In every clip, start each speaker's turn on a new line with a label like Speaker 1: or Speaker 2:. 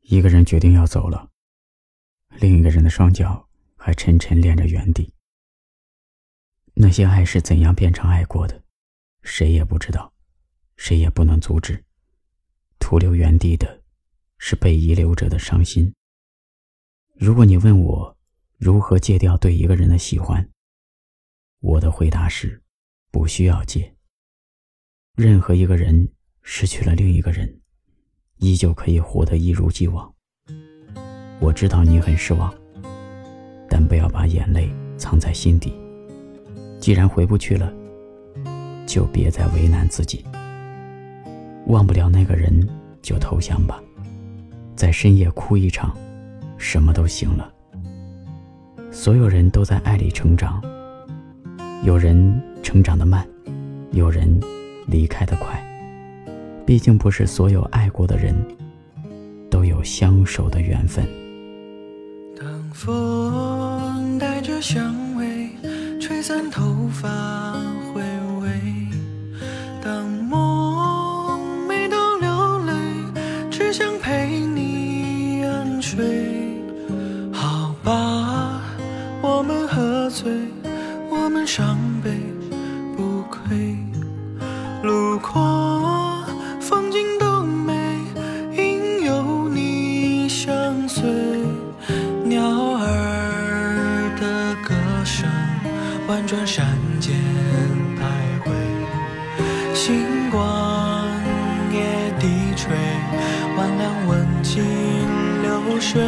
Speaker 1: 一个人决定要走了，另一个人的双脚还沉沉恋着原地。那些爱是怎样变成爱过的，谁也不知道，谁也不能阻止。徒留原地的是被遗留者的伤心。如果你问我如何戒掉对一个人的喜欢，我的回答是不需要戒。任何一个人失去了另一个人，依旧可以活得一如既往。我知道你很失望，但不要把眼泪藏在心底。既然回不去了，就别再为难自己。忘不了那个人就投降吧，在深夜哭一场，什么都行了。所有人都在爱里成长，有人成长得慢，有人离开得快。毕竟不是所有爱过的人都有相守的缘分。
Speaker 2: 当风带着香味吹散头发回味，当梦美到流泪，只想陪你安睡。好吧，我们喝醉，我们伤悲不愧，路过风景都美，因有你相随。鸟儿的歌声婉转山间徘徊，星光也低垂，晚凉温情流水。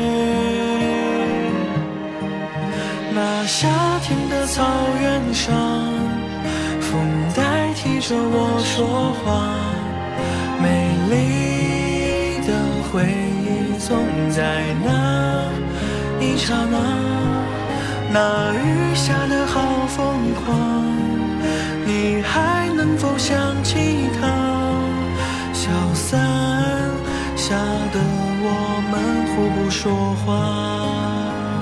Speaker 2: 那夏天的草原上，风代替着我说话，美丽的回忆总在那一刹那。那雨下得好疯狂，你还能否想起他？消散下的我们互不说话。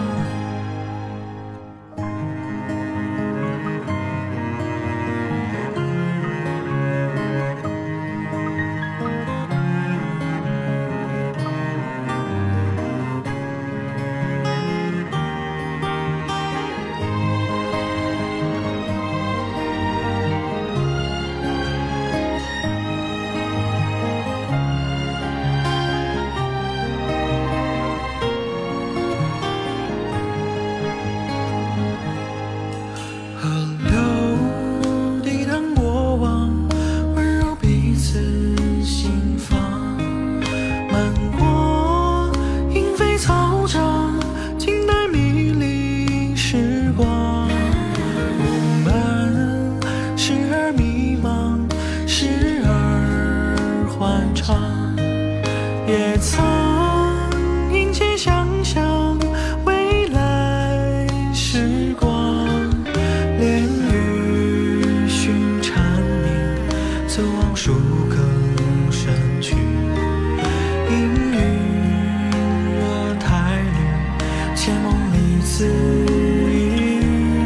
Speaker 2: 也曾殷切想象未来时光，连雨寻蝉鸣，则往树更深去。阴雨若太绿，且梦里自语。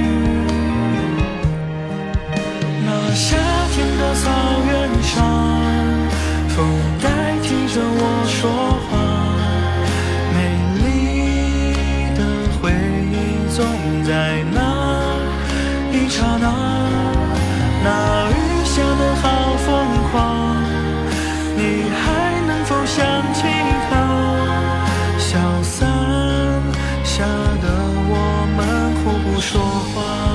Speaker 2: 那夏天的草原上，风代替着我说话，美丽的回忆总在那一刹那。那雨下得好疯狂，你还能否想起他？消散下的我们互不说话。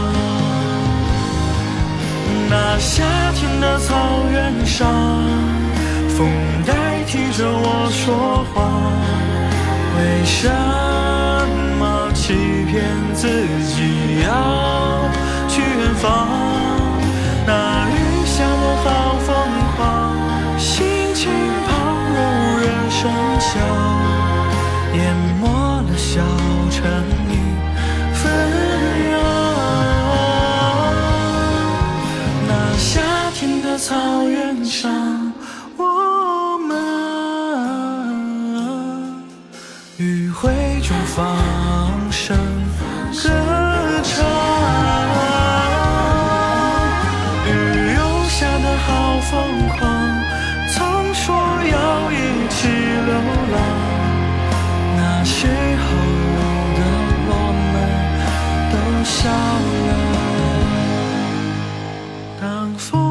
Speaker 2: 那夏天的草原上，风代替着我说话，为什么欺骗自己要去远方？那雨下得好疯狂，心情旁若无人声响，淹没了小城一纷扰。那夏天的草原上，我们余晖中放声歌唱。雨又下得好疯狂，曾说要一起流浪， 风